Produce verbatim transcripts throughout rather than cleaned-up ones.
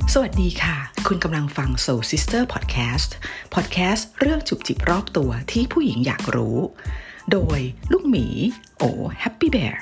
สวัสดีค่ะคุณกำลังฟัง Soul Sister Podcast Podcast เรื่องจุบจิบรอบตัวที่ผู้หญิงอยากรู้โดยลูกหมีโอ Happy Bear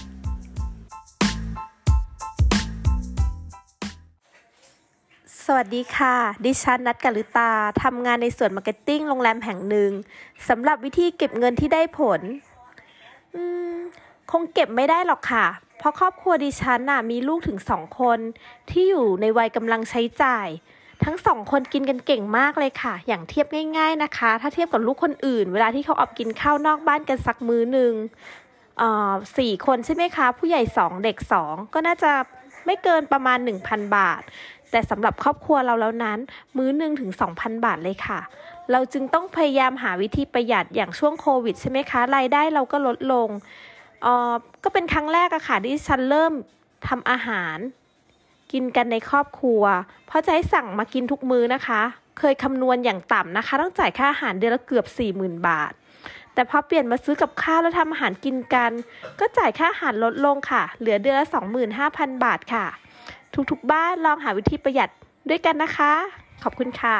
สวัสดีค่ะดิฉันนัทกฤตาทำงานในส่วนมาร์เก็ตติ้งโรงแรมแห่งหนึ่งสำหรับวิธีเก็บเงินที่ได้ผลอืมคงเก็บไม่ได้หรอกค่ะเพราะครอบครัวดิฉันน่ะมีลูกถึงสองคนที่อยู่ในวัยกำลังใช้จ่ายทั้งสองคนกินกันเก่งมากเลยค่ะอย่างเทียบง่ายๆนะคะถ้าเทียบกับลูกคนอื่นเวลาที่เขาออกกินข้าวนอกบ้านกันสักมื้อนึงเอ่อสี่คนใช่ไหมคะผู้ใหญ่สองเด็กสองก็น่าจะไม่เกินประมาณ หนึ่งพัน บาทแต่สำหรับครอบครัวเราแล้วนั้นมื้อนึงถึง สองพัน บาทเลยค่ะเราจึงต้องพยายามหาวิธีประหยัดอย่างช่วงโควิดใช่ไหมคะรายได้เราก็ลดลงเอ่อก็เป็นครั้งแรกอะค่ะที่ฉันเริ่มทำอาหารกินกันในครอบครัวเพราะจะให้สั่งมากินทุกมื้อนะคะเคยคำนวณอย่างต่ำนะคะต้องจ่ายค่าอาหารเดือนละเกือบ สี่หมื่น บาทแต่พอเปลี่ยนมาซื้อกับข้าวแล้วทำอาหารกินกันก็จ่ายค่าอาหารลดลงค่ะเหลือเดือนละ สองหมื่นห้าพัน บาทค่ะทุกๆบ้านลองหาวิธีประหยัดด้วยกันนะคะขอบคุณค่ะ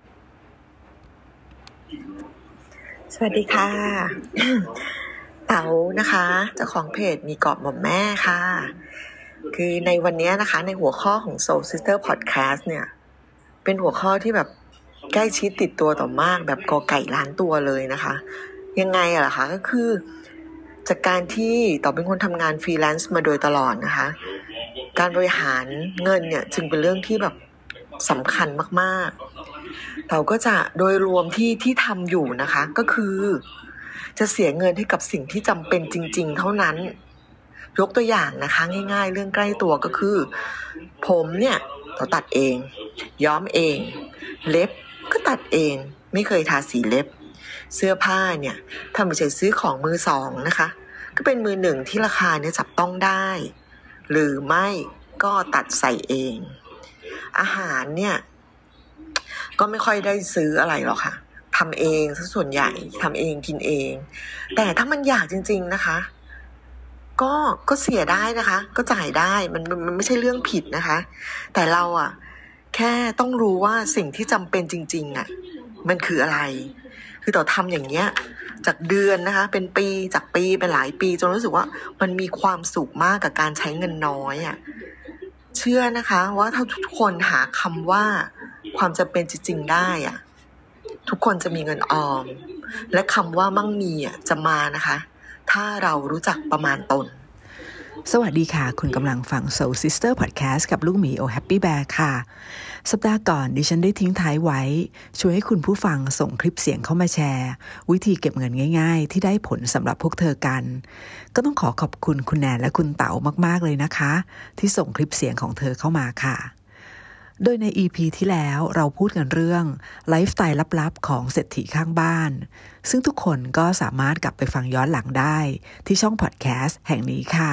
สวัสดีค่ะ เต๋านะคะเจ้าของเพจมีเกาะหม่อมแม่ค่ะคือในวันนี้นะคะในหัวข้อของ Soul Sister Podcast เนี่ยเป็นหัวข้อที่แบบใกล้ชิดติดตัวต่อมากแบบกอไก่ล้านตัวเลยนะคะยังไงอะล่ะคะก็คือจากการที่ต่อเป็นคนทำงานฟรีแลนซ์มาโดยตลอดนะคะการบริหารเงินเนี่ยจึงเป็นเรื่องที่แบบสำคัญมากๆเราก็จะโดยรวมที่ที่ทำอยู่นะคะก็คือจะเสียเงินให้กับสิ่งที่จำเป็นจริงๆเท่านั้นยกตัวอย่างนะคะง่ายๆเรื่องใกล้ตัวก็คือผมเนี่ยเราตัดเองย้อมเองเล็บก็ตัดเองไม่เคยทาสีเล็บเสื้อผ้าเนี่ยถ้าไม่ใช่ซื้อของมือสองนะคะก็เป็นมือหนึ่งที่ราคาเนี่ยจับต้องได้หรือไม่ก็ตัดใส่เองอาหารเนี่ยก็ไม่ค่อยได้ซื้ออะไรหรอกค่ะทำเองซะส่วนใหญ่ทำเองกินเองแต่ถ้ามันอยากจริงๆนะคะก็ก็เสียได้นะคะก็จ่ายได้มันมันไม่ใช่เรื่องผิดนะคะแต่เราอ่ะแค่ต้องรู้ว่าสิ่งที่จำเป็นจริงๆอ่ะมันคืออะไรคือต่อทำอย่างเงี้ยจากเดือนนะคะเป็นปีจากปีเป็นหลายปีจนรู้สึกว่ามันมีความสุขมากกับการใช้เงินน้อยอ่ะเชื่อนะคะว่าถ้าทุกคนหาคำว่าความจำเป็นจริงๆได้อ่ะทุกคนจะมีเงินออมและคำว่ามั่งมีอ่ะจะมานะคะถ้าเรารู้จักประมาณตนสวัสดีค่ะคุณกำลังฟัง Soul Sister Podcast กับลูกหมีโอ Happy Bear ค่ะสัปดาห์ก่อนดิฉันได้ทิ้งท้ายไว้ชวนให้คุณผู้ฟังส่งคลิปเสียงเข้ามาแชร์วิธีเก็บเงินง่ายๆที่ได้ผลสำหรับพวกเธอกันก็ต้องขอขอบคุณคุณแนนและคุณเต๋ามากๆเลยนะคะที่ส่งคลิปเสียงของเธอเข้ามาค่ะโดยใน อี พี ที่แล้วเราพูดกันเรื่องไลฟ์สไตล์ลับๆของเศรษฐีข้างบ้านซึ่งทุกคนก็สามารถกลับไปฟังย้อนหลังได้ที่ช่องพอดแคสต์แห่งนี้ค่ะ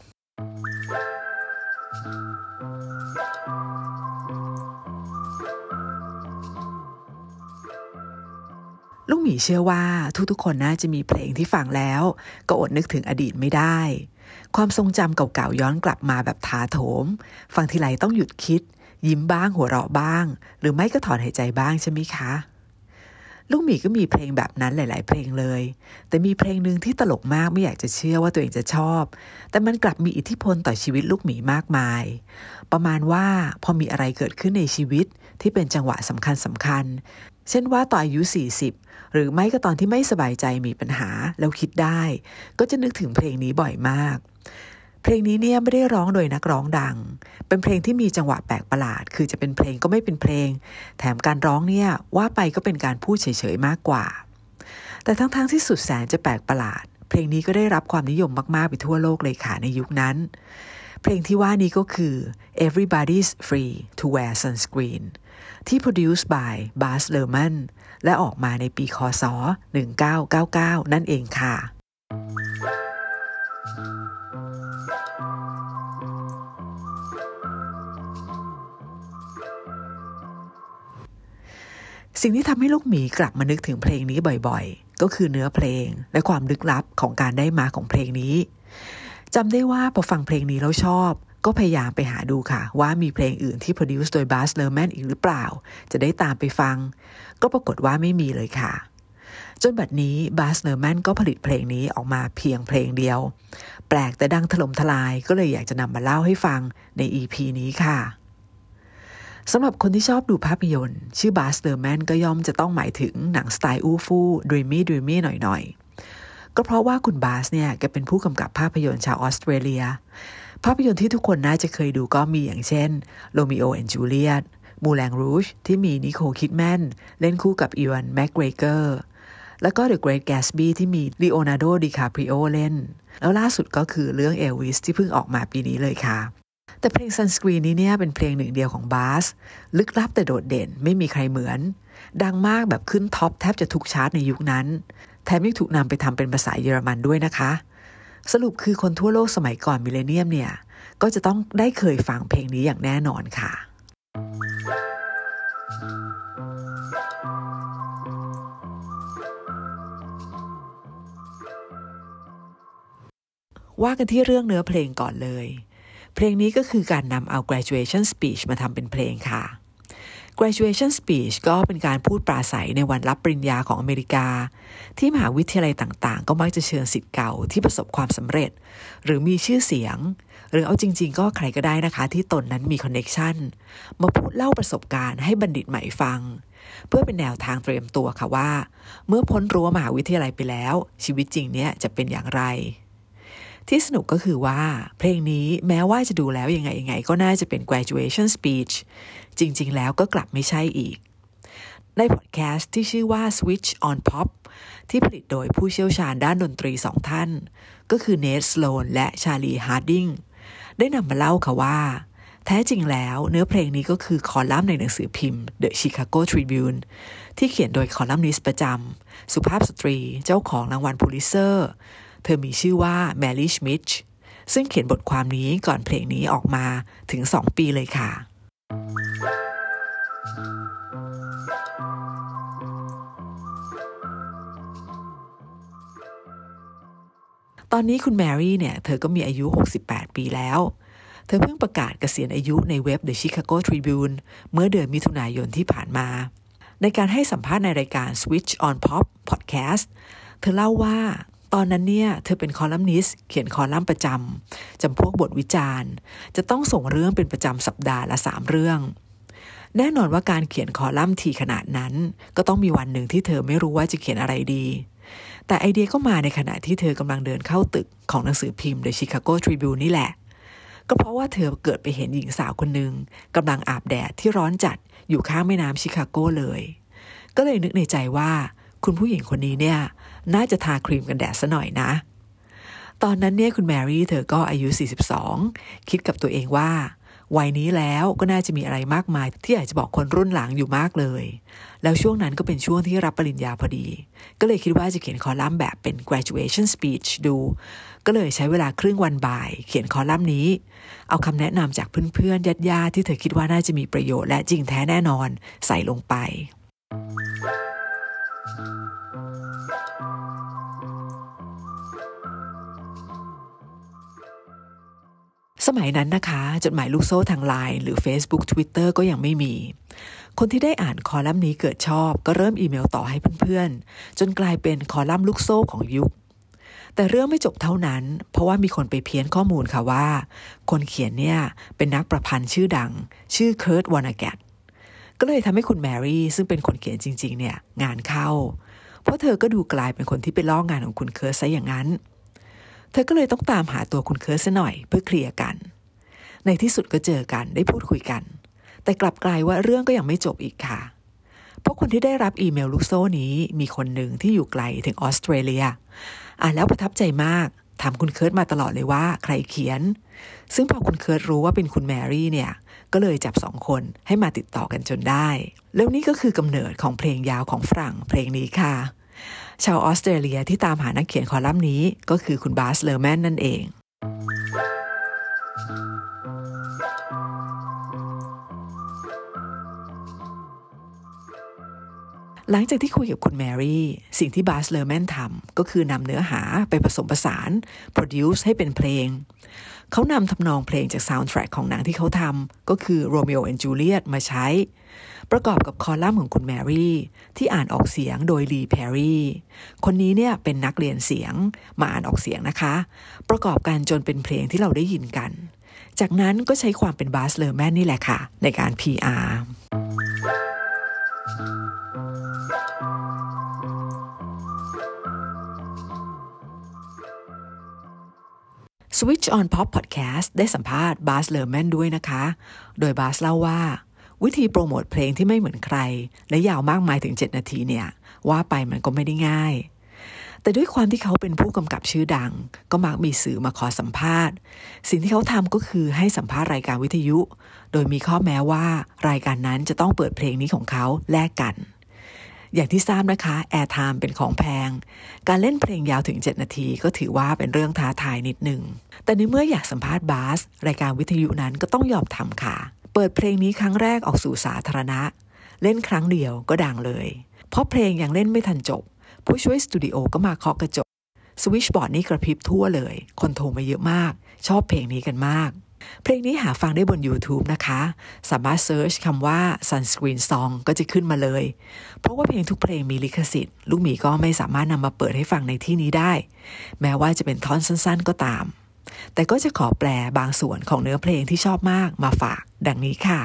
ลูกหมีเชื่อว่าทุกๆคนน่าจะมีเพลงที่ฟังแล้วก็อดนึกถึงอดีตไม่ได้ความทรงจำเก่าๆย้อนกลับมาแบบถาโถมฟังทีไรต้องหยุดคิดยิ้มบ้างหัวเราะบ้างหรือไม่ก็ถอนหายใจบ้างใช่ไหมคะลูกหมีก็มีเพลงแบบนั้นหลายๆเพลงเลยแต่มีเพลงนึงที่ตลกมากไม่อยากจะเชื่อว่าตัวเองจะชอบแต่มันกลับมีอิทธิพลต่อชีวิตลูกหมีมากมายประมาณว่าพอมีอะไรเกิดขึ้นในชีวิตที่เป็นจังหวะสำคัญสำคัญเช่นว่าตอนอายุสี่สิบหรือไม่ก็ตอนที่ไม่สบายใจมีปัญหาแล้วคิดได้ก็จะนึกถึงเพลงนี้บ่อยมากเพลงนี้เนี่ยไม่ได้ร้องโดยนักร้องดังเป็นเพลงที่มีจังหวะแปลกประหลาดคือจะเป็นเพลงก็ไม่เป็นเพลงแถมการร้องเนี่ยว่าไปก็เป็นการพูดเฉยๆมากกว่าแต่ทั้งๆ ท, ที่สุดแสนจะแปลกประหลาดเพลงนี้ก็ได้รับความนิยมมากๆไปทั่วโลกเลยค่ะในยุคนั้นเพลงที่ว่านี้ก็คือ Everybody's Free to Wear Sunscreen ที่ Produced by Baz Luhrmann และออกมาในปีค.ศ. หนึ่งเก้าเก้าเก้านั่นเองค่ะสิ่งที่ทำให้ลูกหมีกลับมานึกถึงเพลงนี้บ่อยๆก็คือเนื้อเพลงและความลึกลับของการได้มาของเพลงนี้จำได้ว่าพอฟังเพลงนี้แล้วชอบก็พยายามไปหาดูค่ะว่ามีเพลงอื่นที่ produce โดย Baz Luhrmann อีกหรือเปล่าจะได้ตามไปฟังก็ปรากฏว่าไม่มีเลยค่ะจนบัดนี้ Baz Luhrmann ก็ผลิตเพลงนี้ออกมาเพียงเพลงเดียวแปลกแต่ดังถล่มทลายก็เลยอยากจะนำมาเล่าให้ฟังใน อี พี นี้ค่ะสำหรับคนที่ชอบดูภาพยนตร์ชื่อ Baz Luhrmann ก็ย่อมจะต้องหมายถึงหนังสไตล์อู้ฟู่ dreamy dreamy หน่อยๆก็เพราะว่าคุณบาสเนี่ยแกเป็นผู้กำกับภาพยนตร์ชาวออสเตรเลียภาพยนตร์ที่ทุกคนน่าจะเคยดูก็มีอย่างเช่น Romeo and Juliet Moulin Rouge ที่มีนิโคล คิดแมนเล่นคู่กับอีวาน แม็กเกรเกอร์แล้วก็ The Great Gatsby ที่มีลีโอนาร์โด ดิคาปริโอเล่นแล้วล่าสุดก็คือเรื่อง Elvis ที่เพิ่งออกมาปีนี้เลยค่ะแต่เพลง Sunscreen นี้เนี่ยเป็นเพลงหนึ่งเดียวของบาสลึกลับแต่โดดเด่นไม่มีใครเหมือนดังมากแบบขึ้นท็อปแทบจะทุกชาร์ตในยุคนั้นแถมยังถูกนำไปทำเป็นภาษาเยอรมันด้วยนะคะสรุปคือคนทั่วโลกสมัยก่อนมิลเลนเนียมเนี่ยก็จะต้องได้เคยฟังเพลงนี้อย่างแน่นอนค่ะว่ากันที่เรื่องเนื้อเพลงก่อนเลยเพลงนี้ก็คือการนำเอา graduation speech มาทำเป็นเพลงค่ะ graduation speech ก็เป็นการพูดปราศัยในวันรับปริญญาของอเมริกาที่มหาวิทยาลัยต่างๆก็มักจะเชิญศิษย์เก่าที่ประสบความสำเร็จหรือมีชื่อเสียงหรือเอาจริงๆก็ใครก็ได้นะคะที่ตนนั้นมีคอนเนคชั่นมาพูดเล่าประสบการณ์ให้บัณฑิตใหม่ฟังเพื่อเป็นแนวทางเตรียมตัวค่ะว่าเมื่อพ้นรั้วมหาวิทยาลัยไปแล้วชีวิตจริงเนี่ยจะเป็นอย่างไรที่สนุกก็คือว่าเพลงนี้แม้ว่าจะดูแล้วยังไงยังไงก็น่าจะเป็น graduation speech จริงๆแล้วก็กลับไม่ใช่อีกในพอดแคสต์ที่ชื่อว่า Switch on Pop ที่ผลิตโดยผู้เชี่ยวชาญด้านดนตรีสองท่านก็คือเนท สโลนและชาลี ฮาร์ดิงได้นำมาเล่าค่ะว่าแท้จริงแล้วเนื้อเพลงนี้ก็คือคอลัมน์ในหนังสือพิมพ์ The Chicago Tribune ที่เขียนโดยคอลัมนิสต์ประจำสุภาพสตรีเจ้าของรางวัลพูลิเซอร์เธอมีชื่อว่าแมรี่ ชมิทช์ซึ่งเขียนบทความนี้ก่อนเพลงนี้ออกมาถึงสองปีเลยค่ะตอนนี้คุณแมรี่เนี่ยเธอก็มีอายุหกสิบแปดปีแล้วเธอเพิ่งประกาศเกษียณอายุในเว็บ The Chicago Tribune เมื่อเดือนมิถุนายนที่ผ่านมาในการให้สัมภาษณ์ในรายการ Switch on Pop Podcast เธอเล่าว่าตอนนั้นเนี่ยเธอเป็นคอลัมนิสต์เขียนคอลัมน์ประจำจำพวกบทวิจารณ์จะต้องส่งเรื่องเป็นประจำสัปดาห์ละสามเรื่องแน่นอนว่าการเขียนคอลัมน์ทีขนาดนั้นก็ต้องมีวันหนึ่งที่เธอไม่รู้ว่าจะเขียนอะไรดีแต่ไอเดียก็มาในขณะที่เธอกำลังเดินเข้าตึกของหนังสือพิมพ์ The Chicago Tribune นี่แหละก็เพราะว่าเธอเกิดไปเห็นหญิงสาวคนหนึ่งกำลังอาบแดดที่ร้อนจัดอยู่ข้างแม่น้ำชิคาโกเลยก็เลยนึกในใจว่าคุณผู้หญิงคนนี้เนี่ยน่าจะทาครีมกันแดดซะหน่อยนะตอนนั้นเนี่ยคุณแมรี่เธอก็อายุสี่สิบสองคิดกับตัวเองว่าวัยนี้แล้วก็น่าจะมีอะไรมากมายที่อยากจะบอกคนรุ่นหลังอยู่มากเลยแล้วช่วงนั้นก็เป็นช่วงที่รับปริญญาพอดีก็เลยคิดว่าจะเขียนคอลัมน์แบบเป็น graduation speech ดูก็เลยใช้เวลาครึ่งวันบ่ายเขียนคอลัมน์นี้เอาคำแนะนำจากเพื่อนๆญาติๆที่เธอคิดว่าน่าจะมีประโยชน์และจริงแท้แน่นอนใส่ลงไปสมัยนั้นนะคะจดหมายลูกโซ่ทาง ไลน์ หรือ Facebook Twitter ก็ยังไม่มีคนที่ได้อ่านคอลัมน์นี้เกิดชอบก็เริ่มอีเมลต่อให้เพื่อนๆจนกลายเป็นคอลัมน์ลูกโซ่ของยุคแต่เรื่องไม่จบเท่านั้นเพราะว่ามีคนไปเพี้ยนข้อมูลค่ะว่าคนเขียนเนี่ยเป็นนักประพันธ์ชื่อดังชื่อเคิร์ท วอนาแกตก็เลยทำให้คุณแมรี่ซึ่งเป็นคนเขียนจริงๆเนี่ยงานเข้าเพราะเธอก็ดูกลายเป็นคนที่ไปลอกงานของคุณเคิร์ทซะอย่างนั้นเธอก็เลยต้องตามหาตัวคุณเคิร์ทซะหน่อยเพื่อเคลียร์กันในที่สุดก็เจอกันได้พูดคุยกันแต่กลับกลายว่าเรื่องก็ยังไม่จบอีกค่ะเพราะคนที่ได้รับอีเมลลูกโซ่นี้มีคนหนึ่งที่อยู่ไกลถึงออสเตรเลียอ่านแล้วประทับใจมากถามคุณเคิร์ทมาตลอดเลยว่าใครเขียนซึ่งพอคุณเคิร์ทรู้ว่าเป็นคุณแมรี่เนี่ยก็เลยจับสองคนให้มาติดต่อกันจนได้แล้วนี่ก็คือกำเนิดของเพลงยาวของฝรั่งเพลงนี้ค่ะชาวออสเตรเลียที่ตามหานักเขียนคอลัมน์นี้ก็คือคุณบาส เลอร์แมนนั่นเองหลังจากที่คุยกับคุณแมรี่สิ่งที่บาสเลอร์แมนทำก็คือนำเนื้อหาไปผสมผสาน produce ให้เป็นเพลงเขานำทำนองเพลงจากซาวด์แทร็กของหนังที่เขาทำก็คือ Romeo and Juliet มาใช้ประกอบกับคอลัมน์ของคุณแมรี่ที่อ่านออกเสียงโดยลีแพรรี่คนนี้เนี่ยเป็นนักเรียนเสียงมาอ่านออกเสียงนะคะประกอบกันจนเป็นเพลงที่เราได้ยินกันจากนั้นก็ใช้ความเป็นบาสเลอร์แมนนี่แหละค่ะในการ พี อาร์ Switch on Pop Podcast ได้สัมภาษณ์บาสเลอร์แมนด้วยนะคะโดยบาสเล่าว่าวิธีโปรโมทเพลงที่ไม่เหมือนใครและยาวมากมายถึงเจ็ดนาทีเนี่ยว่าไปมันก็ไม่ได้ง่ายแต่ด้วยความที่เขาเป็นผู้กำกับชื่อดังก็มักมีสื่อมาขอสัมภาษณ์สิ่งที่เขาทำก็คือให้สัมภาษณ์รายการวิทยุโดยมีข้อแม้ว่ารายการนั้นจะต้องเปิดเพลงนี้ของเขาแลกกันอย่างที่ทราบนะคะ Airtime เป็นของแพงการเล่นเพลงยาวถึงเจ็ดนาทีก็ถือว่าเป็นเรื่องท้าทายนิดนึงแต่ในเมื่ออยากสัมภาษณ์บาสรายการวิทยุนั้นก็ต้องยอมทำค่ะเปิดเพลงนี้ครั้งแรกออกสู่สาธารณะเล่นครั้งเดียวก็ดังเลยเพราะเพลงยังเล่นไม่ทันจบผู้ช่วยสตูดิโอก็มาเคาะกระจกสวิชบอร์ดนี่กระพริบทั่วเลยคนโทรมาเยอะมากชอบเพลงนี้กันมากเพลงนี้หาฟังได้บน YouTube นะคะสามารถเซิร์ชคำว่า Sunscreen Song ก็จะขึ้นมาเลยเพราะว่าเพลงทุกเพลงมีลิขสิทธิ์ลูกหมีก็ไม่สามารถนำมาเปิดให้ฟังในที่นี้ได้แม้ว่าจะเป็นท่อนสั้นๆก็ตามแต่ก็จะขอแปลบางส่วนของเนื้อเพลงที่ชอบมากมาฝากดังนี้ค่ะ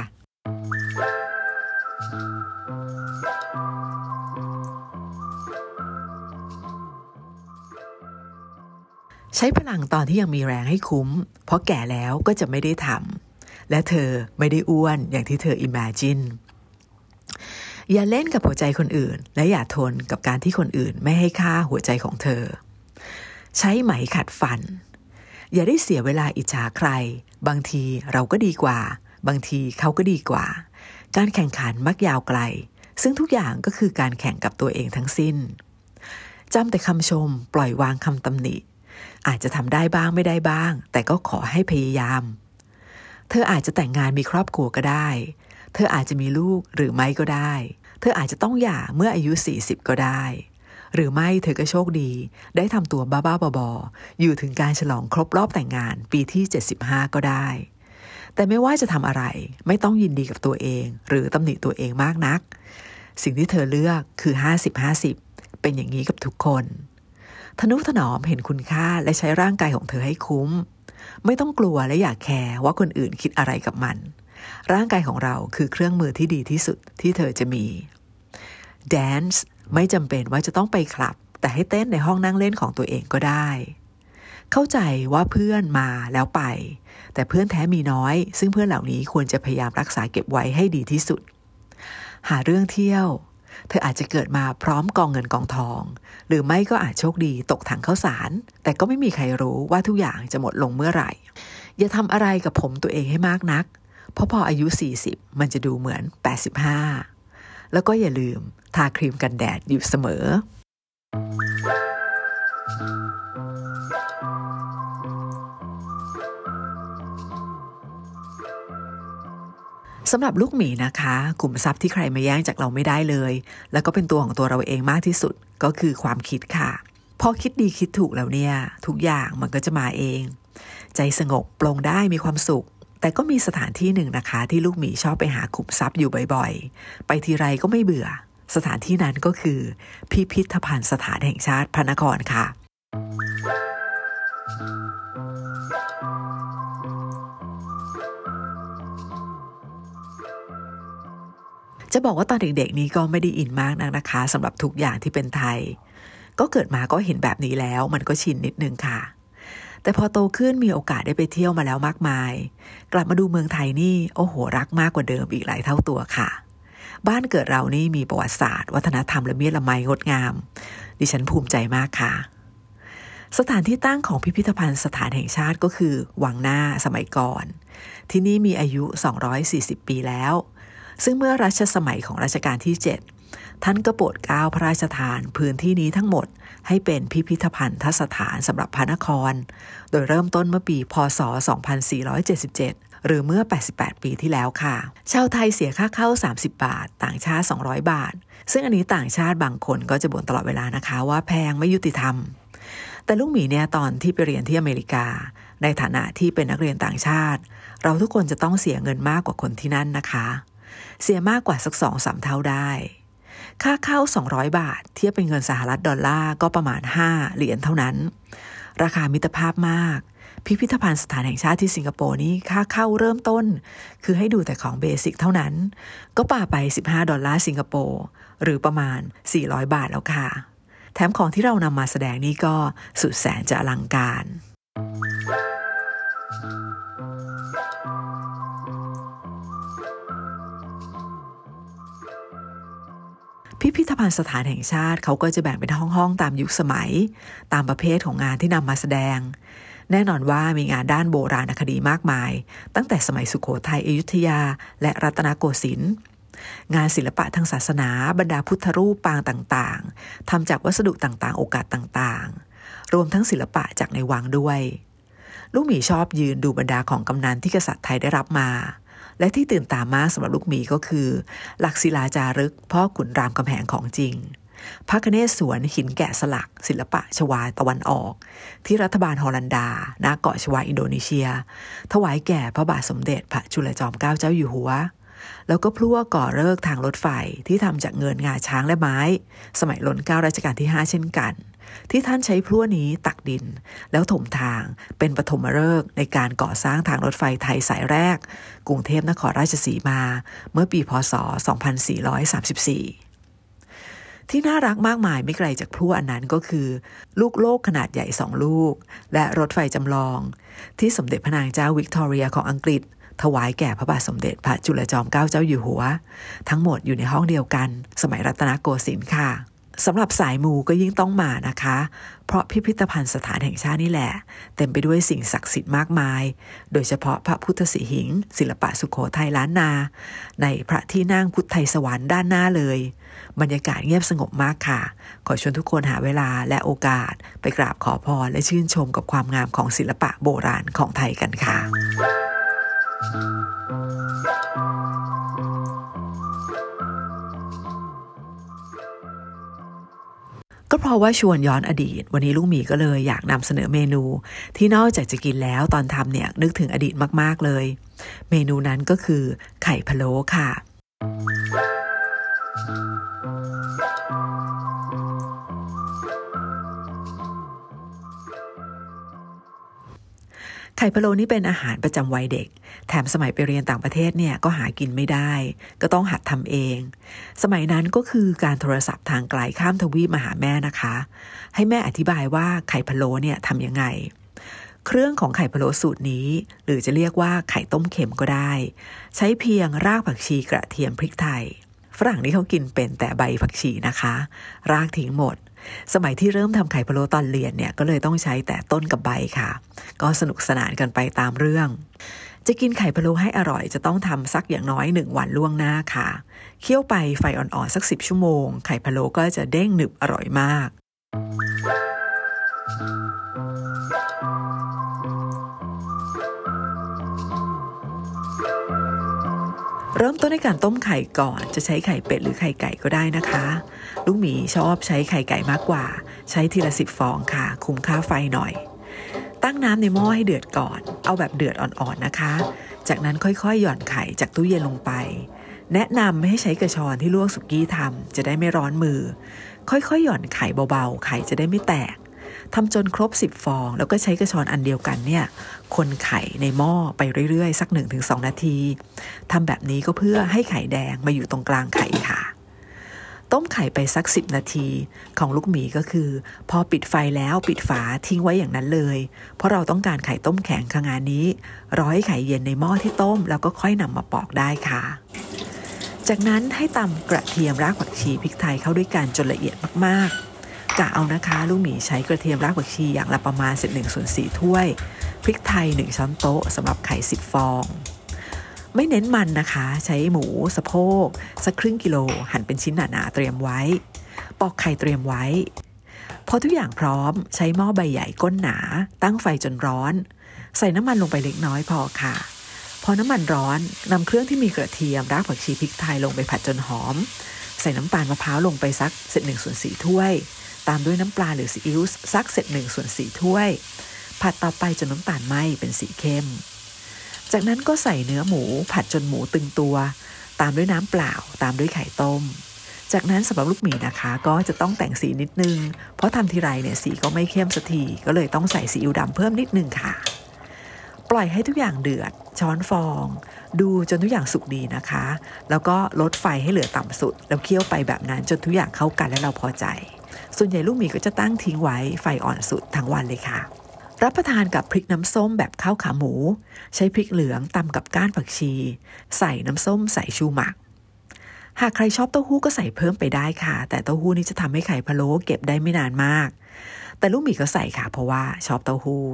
ใช้พลังตอนที่ยังมีแรงให้คุ้มเพราะแก่แล้วก็จะไม่ได้ทำและเธอไม่ได้อ้วนอย่างที่เธอ imagine อย่าเล่นกับหัวใจคนอื่นและอย่าทนกับการที่คนอื่นไม่ให้ค่าหัวใจของเธอใช้ไหมขัดฟันอย่าได้เสียเวลาอิจฉาใครบางทีเราก็ดีกว่าบางทีเขาก็ดีกว่าการแข่งขันมักยาวไกลซึ่งทุกอย่างก็คือการแข่งกับตัวเองทั้งสิ้นจำแต่คำชมปล่อยวางคำตำหนิอาจจะทำได้บ้างไม่ได้บ้างแต่ก็ขอให้พยายามเธออาจจะแต่งงานมีครอบครัวก็ได้เธออาจจะมีลูกหรือไม่ก็ได้เธออาจจะต้องหย่าเมื่ออายุสี่สิบก็ได้หรือไม่เธอก็โชคดีได้ทำตัวบ้าๆบอๆอยู่ถึงการฉลองครบรอบแต่งงานปีที่เจ็ดสิบห้าก็ได้แต่ไม่ว่าจะทำอะไรไม่ต้องยินดีกับตัวเองหรือตำหนิตัวเองมากนักสิ่งที่เธอเลือกคือ ห้าสิบ ห้าสิบ เป็นอย่างนี้กับทุกคนทนุถนอมเห็นคุณค่าและใช้ร่างกายของเธอให้คุ้มไม่ต้องกลัวและอย่าแคร์ว่าคนอื่นคิดอะไรกับมันร่างกายของเราคือเครื่องมือที่ดีที่สุดที่เธอจะมี Dance ไม่จำเป็นว่าจะต้องไปคลับแต่ให้เต้นในห้องนั่งเล่นของตัวเองก็ได้เข้าใจว่าเพื่อนมาแล้วไปแต่เพื่อนแท้มีน้อยซึ่งเพื่อนเหล่านี้ควรจะพยายามรักษาเก็บไว้ให้ดีที่สุดหาเรื่องเที่ยวเธออาจจะเกิดมาพร้อมกองเงินกองทองหรือไม่ก็อาจโชคดีตกถังข้าวสารแต่ก็ไม่มีใครรู้ว่าทุกอย่างจะหมดลงเมื่อไหร่อย่าทำอะไรกับผมตัวเองให้มากนักเพราะพออายุสี่สิบมันจะดูเหมือนแปดสิบห้าแล้วก็อย่าลืมทาครีมกันแดดอยู่เสมอสำหรับลูกหมีนะคะขุมทรัพย์ที่ใครมาแย่งจากเราไม่ได้เลยแล้วก็เป็นตัวของตัวเราเองมากที่สุดก็คือความคิดค่ะพอคิดดีคิดถูกแล้วเนี่ยทุกอย่างมันก็จะมาเองใจสงบโปร่งได้มีความสุขแต่ก็มีสถานที่หนึ่งนะคะที่ลูกหมีชอบไปหาขุมทรัพย์อยู่บ่อยๆไปทีไรก็ไม่เบื่อสถานที่นั้นก็คือพิพิธภัณฑ์สถานแห่งชาติพระนครค่ะจะบอกว่าตอนเด็กๆนี้ก็ไม่ได้อินมากนักนะคะสำหรับทุกอย่างที่เป็นไทยก็เกิดมาก็เห็นแบบนี้แล้วมันก็ชินนิดนึงค่ะแต่พอโตขึ้นมีโอกาสได้ไปเที่ยวมาแล้วมากมายกลับมาดูเมืองไทยนี่โอ้โหรักมากกว่าเดิมอีกหลายเท่าตัวค่ะบ้านเกิดเรานี่มีประวัติศาสตร์วัฒนธรรมละเมียดละไมงดงามดิฉันภูมิใจมากค่ะสถานที่ตั้งของพิพิธภัณฑ์สถานแห่งชาติก็คือวังหน้าสมัยก่อนที่นี่มีอายุสองร้อยสี่สิบปีแล้วซึ่งเมื่อรัชสมัยของรัชกาลที่เจ็ดท่านก็โปรดเกล้าพระราชทานพื้นที่นี้ทั้งหมดให้เป็นพิพิธภัณฑ์สถานสำหรับพระนครโดยเริ่มต้นเมื่อปีพ.ศ. สองพันสี่ร้อยเจ็ดสิบเจ็ดหรือเมื่อแปดสิบแปดปีที่แล้วค่ะชาวไทยเสียค่าเข้าสามสิบบาทต่างชาติสองร้อยบาทซึ่งอันนี้ต่างชาติบางคนก็จะบ่นตลอดเวลานะคะว่าแพงไม่ยุติธรรมแต่ลูกหมีเนี่ยตอนที่ไปเรียนที่อเมริกาในฐานะที่เป็นนักเรียนต่างชาติเราทุกคนจะต้องเสียเงินมากกว่าคนที่นั่นนะคะเสียมากกว่าสัก สองถึงสาม เท่าได้ค่าเข้าสองร้อยบาทเทียบเป็นเงินสหรัฐดอลลาร์ก็ประมาณห้าเหรียญเท่านั้นราคามิตรภาพมากพิพิธภัณฑ์สถานแห่งชาติที่สิงคโปร์นี่ค่าเข้าเริ่มต้นคือให้ดูแต่ของเบสิกเท่านั้นก็ป่าไปสิบห้าดอลลาร์สิงคโปร์หรือประมาณสี่ร้อยบาทแล้วค่ะแถมของที่เรานำมาแสดงนี่ก็สุดแสนจะอลังการพิพิธภัณฑ์สถานแห่งชาติเขาก็จะแบ่งเป็นห้องๆตามยุคสมัยตามประเภทของงานที่นำมาแสดงแน่นอนว่ามีงานด้านโบราณคดีมากมายตั้งแต่สมัยสุโขทัยอยุธยาและรัตนโกสินทร์งานศิลปะทางศาสนาบรรดาพุทธรูปปางต่างๆทำจากวัสดุต่างๆโอกาสต่างๆรวมทั้งศิลปะจากในวังด้วยลูกหมีชอบยืนดูบรรดาของกำนันที่กษัตริย์ไทยได้รับมาและที่ตื่นตามากสำหรับลูกหมีก็คือหลักศิลาจารึกพ่อขุนรามคำแหงของจริงพระคเนศสวนหินแกะสลักศิลปะชวาตะวันออกที่รัฐบาลฮอลันดาณเกาะชวาอินโดนีเซียถวายแก่พระบาทสมเด็จพระจุลจอมเกล้าเจ้าอยู่หัวแล้วก็พลั่วก่อฤกษ์ทางรถไฟที่ทำจากเงินงาช้างและไม้สมัยรัชกาลรัชกาลที่ห้าเช่นกันที่ท่านใช้พลั่วนี้ตักดินแล้วถมทางเป็นปฐมฤกษ์ในการก่อสร้างทางรถไฟไทยสายแรกกรุงเทพนครราชสีมาเมื่อปีพ.ศ. สองพันสี่ร้อยสามสิบสี่ที่น่ารักมากมายไม่ไกลจากพลั่วอันนั้นก็คือลูกโลกขนาดใหญ่สองลูกและรถไฟจำลองที่สมเด็จพระนางเจ้าวิกตอเรียของอังกฤษถวายแก่พระบาทสมเด็จพระจุลจอมเกล้าเจ้าอยู่หัวทั้งหมดอยู่ในห้องเดียวกันสมัยรัตนโกสินทร์ค่ะสำหรับสายมูก็ยิ่งต้องมานะคะเพราะพิพิธภัณฑ์สถานแห่งชาตินี่แหละเต็มไปด้วยสิ่งศักดิ์สิทธิ์มากมายโดยเฉพาะพระพุทธสิหิงค์ศิลปะสุโขทัยล้านนาในพระที่นั่งพุทธไทยสวรรค์ด้านหน้าเลยบรรยากาศเงียบสงบมากค่ะขอชวนทุกคนหาเวลาและโอกาสไปกราบขอพรและชื่นชมกับความงามของศิลปะโบราณของไทยกันค่ะก็เพราะว่าชวนย้อนอดีตวันนี้ลูกหมีก็เลยอยากนำเสนอเมนูที่นอกจากจะกินแล้วตอนทำเนี่ยนึกถึงอดีตมากๆเลยเมนูนั้นก็คือไข่พะโล้ค่ะไข่พะโล้นี่เป็นอาหารประจำวัยเด็กแถมสมัยไปเรียนต่างประเทศเนี่ยก็หากินไม่ได้ก็ต้องหัดทำเองสมัยนั้นก็คือการโทรศัพท์ทางไกลข้ามทวีปมาหาแม่นะคะให้แม่อธิบายว่าไข่พะโล้เนี่ยทำยังไงเครื่องของไข่พะโล้สูตรนี้หรือจะเรียกว่าไข่ต้มเค็มก็ได้ใช้เพียงรากผักชีกระเทียมพริกไทยฝรั่งนี่เขากินเป็นแต่ใบผักชีนะคะรากทิ้งหมดสมัยที่เริ่มทำไข่พะโล้ตอนเรียนเนี่ยก็เลยต้องใช้แต่ต้นกับใบค่ะก็สนุกสนานกันไปตามเรื่องจะกินไข่พะโล้ให้อร่อยจะต้องทำสักอย่างน้อยหนึ่งวันล่วงหน้าค่ะเคี่ยวไปไฟอ่อนๆสักสิบชั่วโมงไข่พะโล้ก็จะเด้งหนึบอร่อยมากเริ่มต้นในการต้มไข่ก่อนจะใช้ไข่เป็ดหรือไข่ไก่ก็ได้นะคะลูกหมีชอบใช้ไข่ไก่มากกว่าใช้ทีละสิบฟองค่ะคุ้มค่าไฟหน่อยตั้งน้ำในหม้อให้เดือดก่อนเอาแบบเดือดอ่อนๆนะคะจากนั้นค่อยๆหย่อนไข่จากตู้เย็นลงไปแนะนำไม่ให้ใช้กระชอนที่ลวกสุกี้ทำจะได้ไม่ร้อนมือค่อยๆหย่อนไข่เบาๆไข่จะได้ไม่แตกทำจนครบสิบฟองแล้วก็ใช้กระชอนอันเดียวกันเนี่ยคนไข่ในหม้อไปเรื่อยๆสัก หนึ่งถึงสอง นาทีทำแบบนี้ก็เพื่อให้ไข่แดงมาอยู่ตรงกลางไข่ค่ะต้มไข่ไปสักสิบนาทีของลูกหมีก็คือพอปิดไฟแล้วปิดฝาทิ้งไว้อย่างนั้นเลยเพราะเราต้องการไข่ต้มแข็งขนาดนี้รอให้ไข่เย็นในหม้อที่ต้มแล้วก็ค่อยนำมาปอกได้ค่ะจากนั้นให้ตำกระเทียมรากผักชีพริกไทยเข้าด้วยกันจนละเอียดมากๆกะเอานะคะลูกหมีใช้กระเทียมรากผักชีอย่างละประมาณสิบเอ็ดส่วนสี่ถ้วยพริกไทยหนึ่งช้อนโต๊ะสำหรับไข่สิบฟองไม่เน้นมันนะคะใช้หมูสะโพกสักครึ่งกิโลหั่นเป็นชิ้นหนาๆเตรียมไว้ปอกไข่เตรียมไว้พอทุกอย่างพร้อมใช้หม้อใบใหญ่ก้นหนาตั้งไฟจนร้อนใส่น้ำมันลงไปเล็กน้อยพอค่ะพอน้ำมันร้อนนำเครื่องที่มีกระเทียมรากผักชีพริกไทยลงไปผัดจนหอมใส่น้ำตาลมะพร้าวลงไปสักเศษหนึ่งส่วนสี่ถ้วยตามด้วยน้ำปลาหรือซีอิ๊วสักเศษหนึ่งส่วนสี่ถ้วยผัดต่อไปจนน้ำตาลไหม้เป็นสีเข้มจากนั้นก็ใส่เนื้อหมูผัดจนหมูตึงตัวตามด้วยน้ำเปล่าตามด้วยไข่ต้มจากนั้นสำหรับลูกหมีนะคะก็จะต้องแต่งสีนิดนึงเพราะทำทีไรเนี่ยสีก็ไม่เข้มสักทีก็เลยต้องใส่ซีอิ๊วดำเพิ่มนิดนึงค่ะปล่อยให้ทุกอย่างเดือดช้อนฟองดูจนทุกอย่างสุกดีนะคะแล้วก็ลดไฟให้เหลือต่ำสุดแล้วเคี่ยวไปแบบนั้นจนทุกอย่างเข้ากันและเราพอใจส่วนใหญ่ลูกหมีก็จะตั้งทิ้งไว้ไฟอ่อนสุดทั้งวันเลยค่ะรับประทานกับพริกน้ำส้มแบบข้าวขาหมูใช้พริกเหลืองตำกับก้านผักชีใส่น้ำส้มใส่ชูหมักหากใครชอบเต้าหู้ก็ใส่เพิ่มไปได้ค่ะแต่เต้าหู้นี้จะทำให้ไข่พะโล้เก็บได้ไม่นานมากแต่ลูกหมีก็ใส่ค่ะเพราะว่าชอบเต้าหู้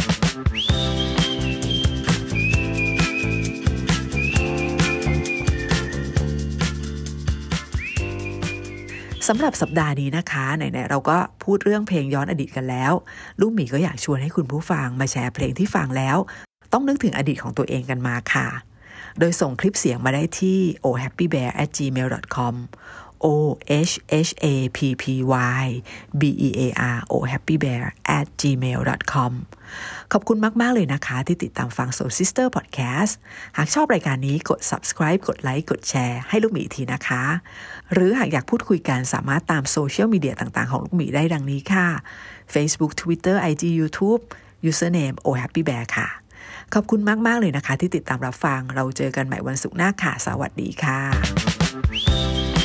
สำหรับสัปดาห์นี้นะคะไหนๆเราก็พูดเรื่องเพลงย้อนอดีตกันแล้วลูกหมีก็อยากชวนให้คุณผู้ฟังมาแชร์เพลงที่ฟังแล้วต้องนึกถึงอดีตของตัวเองกันมาค่ะโดยส่งคลิปเสียงมาได้ที่ โอ แฮปปี้แบร์ แอท จีเมล ดอท คอม โอ เอช เอช เอ พี พี วาย บี อี เอ อาร์ โอ แฮปปี้ แบร์ แอท จีเมล ดอท คอม ขอบคุณมากๆเลยนะคะที่ติดตามฟัง Soul Sister Podcast หากชอบรายการนี้กด Subscribe กดไลค์กดแชร์ให้ลูกหมีทีนะคะหรือหากอยากพูดคุยกันสามารถตามโซเชียลมีเดียต่างๆของลูกหมีได้ดังนี้ค่ะ Facebook Twitter ไอ จี YouTube Username โอ แฮปปี้แบร์ ค่ะขอบคุณมากๆเลยนะคะที่ติดตามรับฟังเราเจอกันใหม่วันศุกร์หน้าค่ะสวัสดีค่ะ